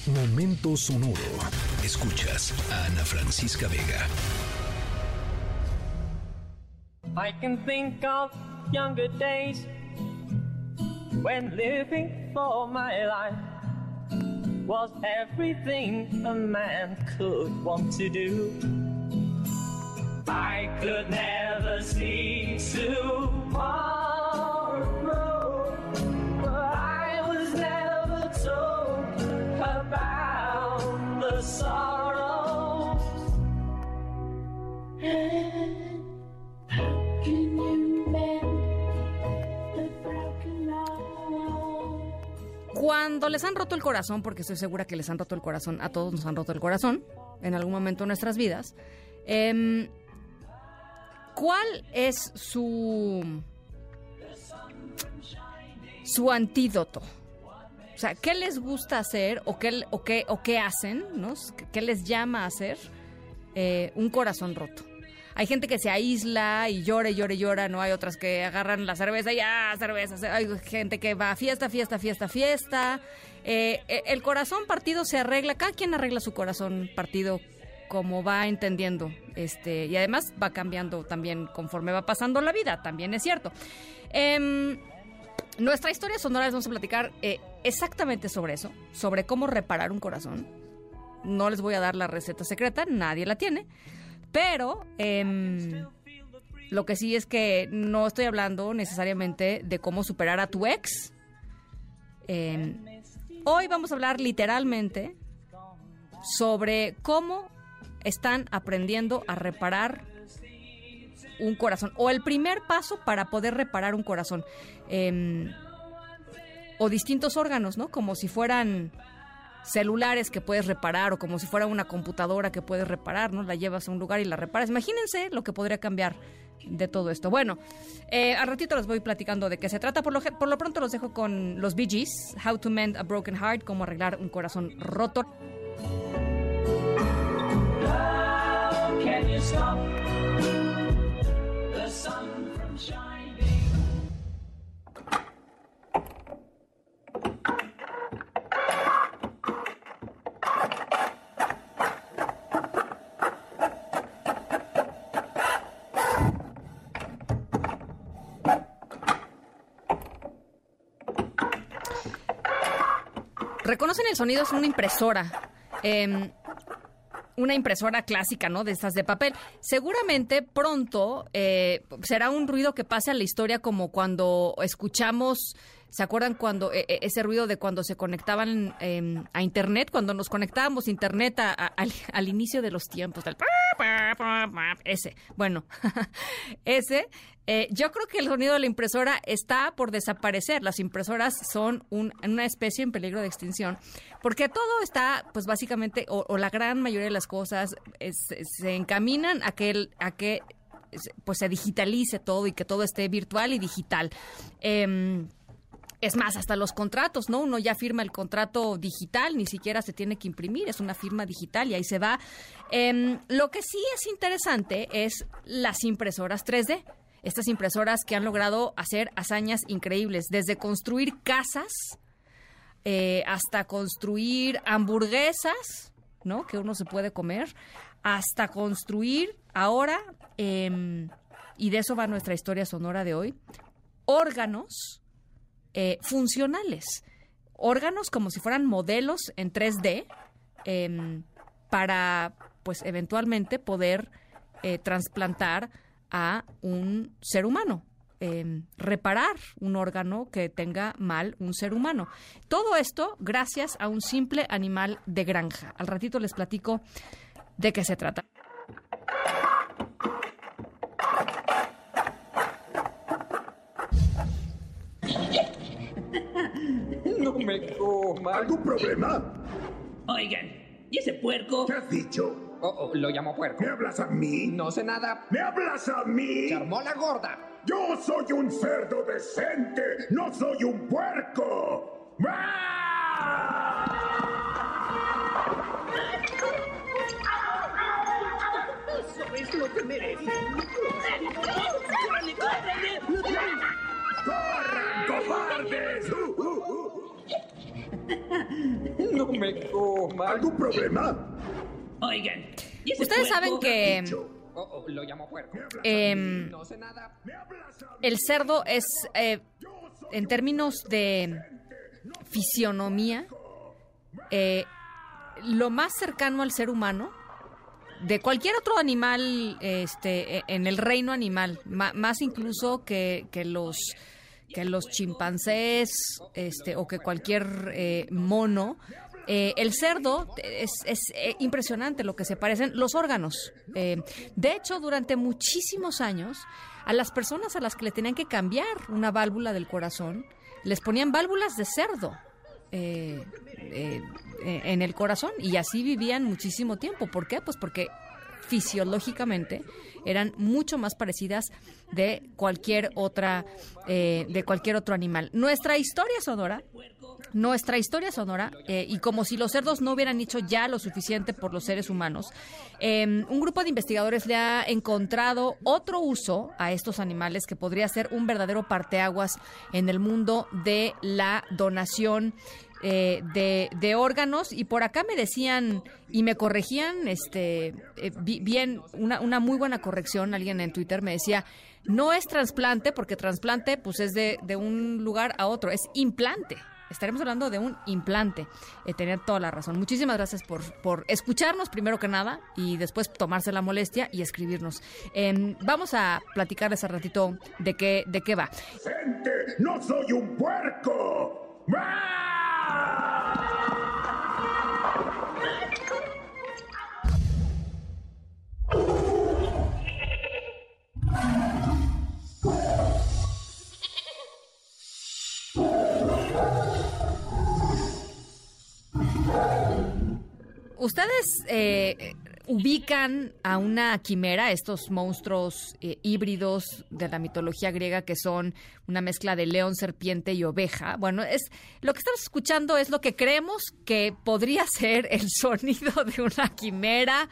Momento sonoro. Escuchas a Ana Francisca Vega. I can think of younger days when living for my life was everything a man could want to do. I could never see tomorrow, but I was never told about the sorrows. How can you mend the broken heart? Cuando les han roto el corazón, porque estoy segura que les han roto el corazón, a todos nos han roto el corazón en algún momento de nuestras vidas, ¿cuál es su antídoto? O sea, ¿qué les gusta hacer o qué hacen, ¿no? ¿Qué les llama a hacer un corazón roto? Hay gente que se aísla y llora y llora y llora, ¿no? Hay otras que agarran la cerveza y cerveza. Hay gente que va a fiesta. El corazón partido se arregla, cada quien arregla su corazón partido como va entendiendo, y además va cambiando también conforme va pasando la vida, también es cierto. Nuestra historia sonora les vamos a platicar exactamente sobre eso, sobre cómo reparar un corazón. No les voy a dar la receta secreta, nadie la tiene, pero lo que sí es que no estoy hablando necesariamente de cómo superar a tu ex. Hoy vamos a hablar literalmente sobre cómo están aprendiendo a reparar un corazón, o el primer paso para poder reparar un corazón, o distintos órganos, ¿no? Como si fueran celulares que puedes reparar, o como si fuera una computadora que puedes reparar, ¿no? La llevas a un lugar y la reparas. Imagínense lo que podría cambiar de todo esto. Bueno, al ratito les voy platicando de qué se trata. Por lo pronto los dejo con los Bee Gees, How to Mend a Broken Heart, cómo arreglar un corazón roto. Can you stop the sun from shining? ¿Reconocen el sonido? Es una impresora. Una impresora clásica, ¿no? De estas de papel. Seguramente pronto será un ruido que pase a la historia como cuando escuchamos, ¿se acuerdan cuando ese ruido de cuando se conectaban a Internet? Cuando nos conectábamos a Internet al inicio de los tiempos. Ese, bueno, ese. Yo creo que el sonido de la impresora está por desaparecer. Las impresoras son una especie en peligro de extinción, porque todo está, pues básicamente, o la gran mayoría de las cosas se encaminan a que pues se digitalice todo y que todo esté virtual y digital. Es más, hasta los contratos, ¿no? Uno ya firma el contrato digital, ni siquiera se tiene que imprimir, es una firma digital y ahí se va. Lo que sí es interesante es las impresoras 3D. Estas impresoras que han logrado hacer hazañas increíbles, desde construir casas hasta construir hamburguesas, ¿no? Que uno se puede comer, hasta construir ahora, y de eso va nuestra historia sonora de hoy, órganos funcionales. Órganos como si fueran modelos en 3D para, pues, eventualmente poder trasplantar a un ser humano, reparar un órgano que tenga mal un ser humano. Todo esto gracias a un simple animal de granja. Al ratito les platico de qué se trata. No me comas. ¿Algún problema? Oigan, ¿y ese puerco? ¿Qué has dicho? Lo llamo puerco. ¿Me hablas a mí? No sé nada. ¿Me hablas a mí? Se armó la gorda. Yo soy un cerdo decente, no soy un puerco. Eso es lo que mereces. ¡Córrele, córrele! ¡Corran, cobardes! No me coma. ¿Algún problema? Oigan, Ustedes saben que lo llamo puerco. no sé nada. el cerdo es, en términos de fisionomía, lo más cercano al ser humano de cualquier otro animal en el reino animal, más incluso que los chimpancés o que cualquier mono. El cerdo es impresionante lo que se parecen los órganos. De hecho, durante muchísimos años, a las personas a las que le tenían que cambiar una válvula del corazón, les ponían válvulas de cerdo en el corazón, y así vivían muchísimo tiempo. ¿Por qué? Pues porque fisiológicamente eran mucho más parecidas de cualquier otro animal. Nuestra historia sonora, y como si los cerdos no hubieran hecho ya lo suficiente por los seres humanos, un grupo de investigadores le ha encontrado otro uso a estos animales que podría ser un verdadero parteaguas en el mundo de la donación de órganos. Y por acá me decían y me corregían bien, una muy buena corrección. Alguien en Twitter me decía: no es trasplante, porque trasplante pues es de un lugar a otro, es implante. Estaremos hablando de un implante. Tener toda la razón. Muchísimas gracias por escucharnos, primero que nada, y después tomarse la molestia y escribirnos. Vamos a platicarles al ratito de qué va. ¡Gente! ¡No soy un puerco! ¿Ustedes ubican a una quimera, estos monstruos híbridos de la mitología griega que son una mezcla de león, serpiente y oveja? Bueno, lo que estamos escuchando es lo que creemos que podría ser el sonido de una quimera,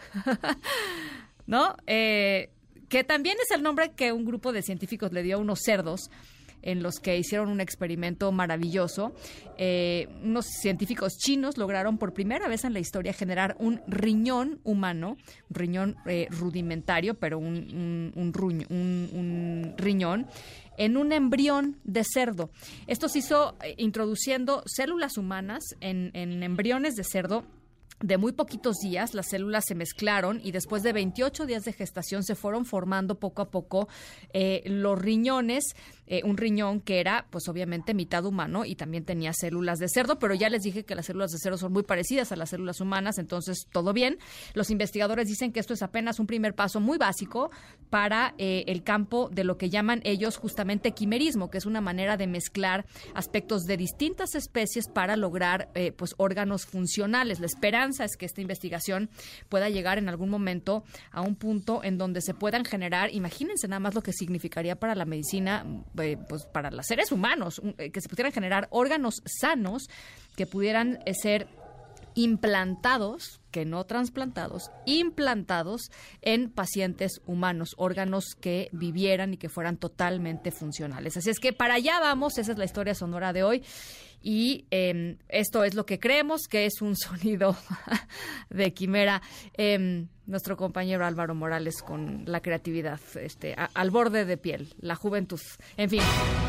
¿no? Que también es el nombre que un grupo de científicos le dio a unos cerdos en los que hicieron un experimento maravilloso. Unos científicos chinos lograron por primera vez en la historia generar un riñón humano, un riñón rudimentario, pero un riñón en un embrión de cerdo. Esto se hizo introduciendo células humanas en embriones de cerdo. De muy poquitos días, las células se mezclaron y después de 28 días de gestación se fueron formando poco a poco los riñones. Un riñón que era, pues obviamente, mitad humano y también tenía células de cerdo, pero ya les dije que las células de cerdo son muy parecidas a las células humanas, entonces todo bien. Los investigadores dicen que esto es apenas un primer paso muy básico para el campo de lo que llaman ellos justamente quimerismo, que es una manera de mezclar aspectos de distintas especies para lograr pues órganos funcionales. La esperanza es que esta investigación pueda llegar en algún momento a un punto en donde se puedan generar, imagínense nada más lo que significaría para la medicina, pues para los seres humanos, que se pudieran generar órganos sanos que pudieran ser implantados, que no trasplantados, implantados en pacientes humanos, órganos que vivieran y que fueran totalmente funcionales. Así es que para allá vamos, esa es la historia sonora de hoy. Y esto es lo que creemos que es un sonido de quimera. Nuestro compañero Álvaro Morales con la creatividad al borde de piel, la juventud, en fin.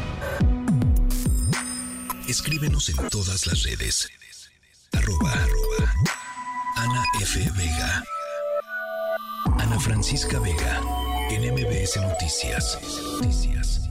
Escríbenos en todas las redes. @Ana F. Vega. Ana Francisca Vega en MBS Noticias.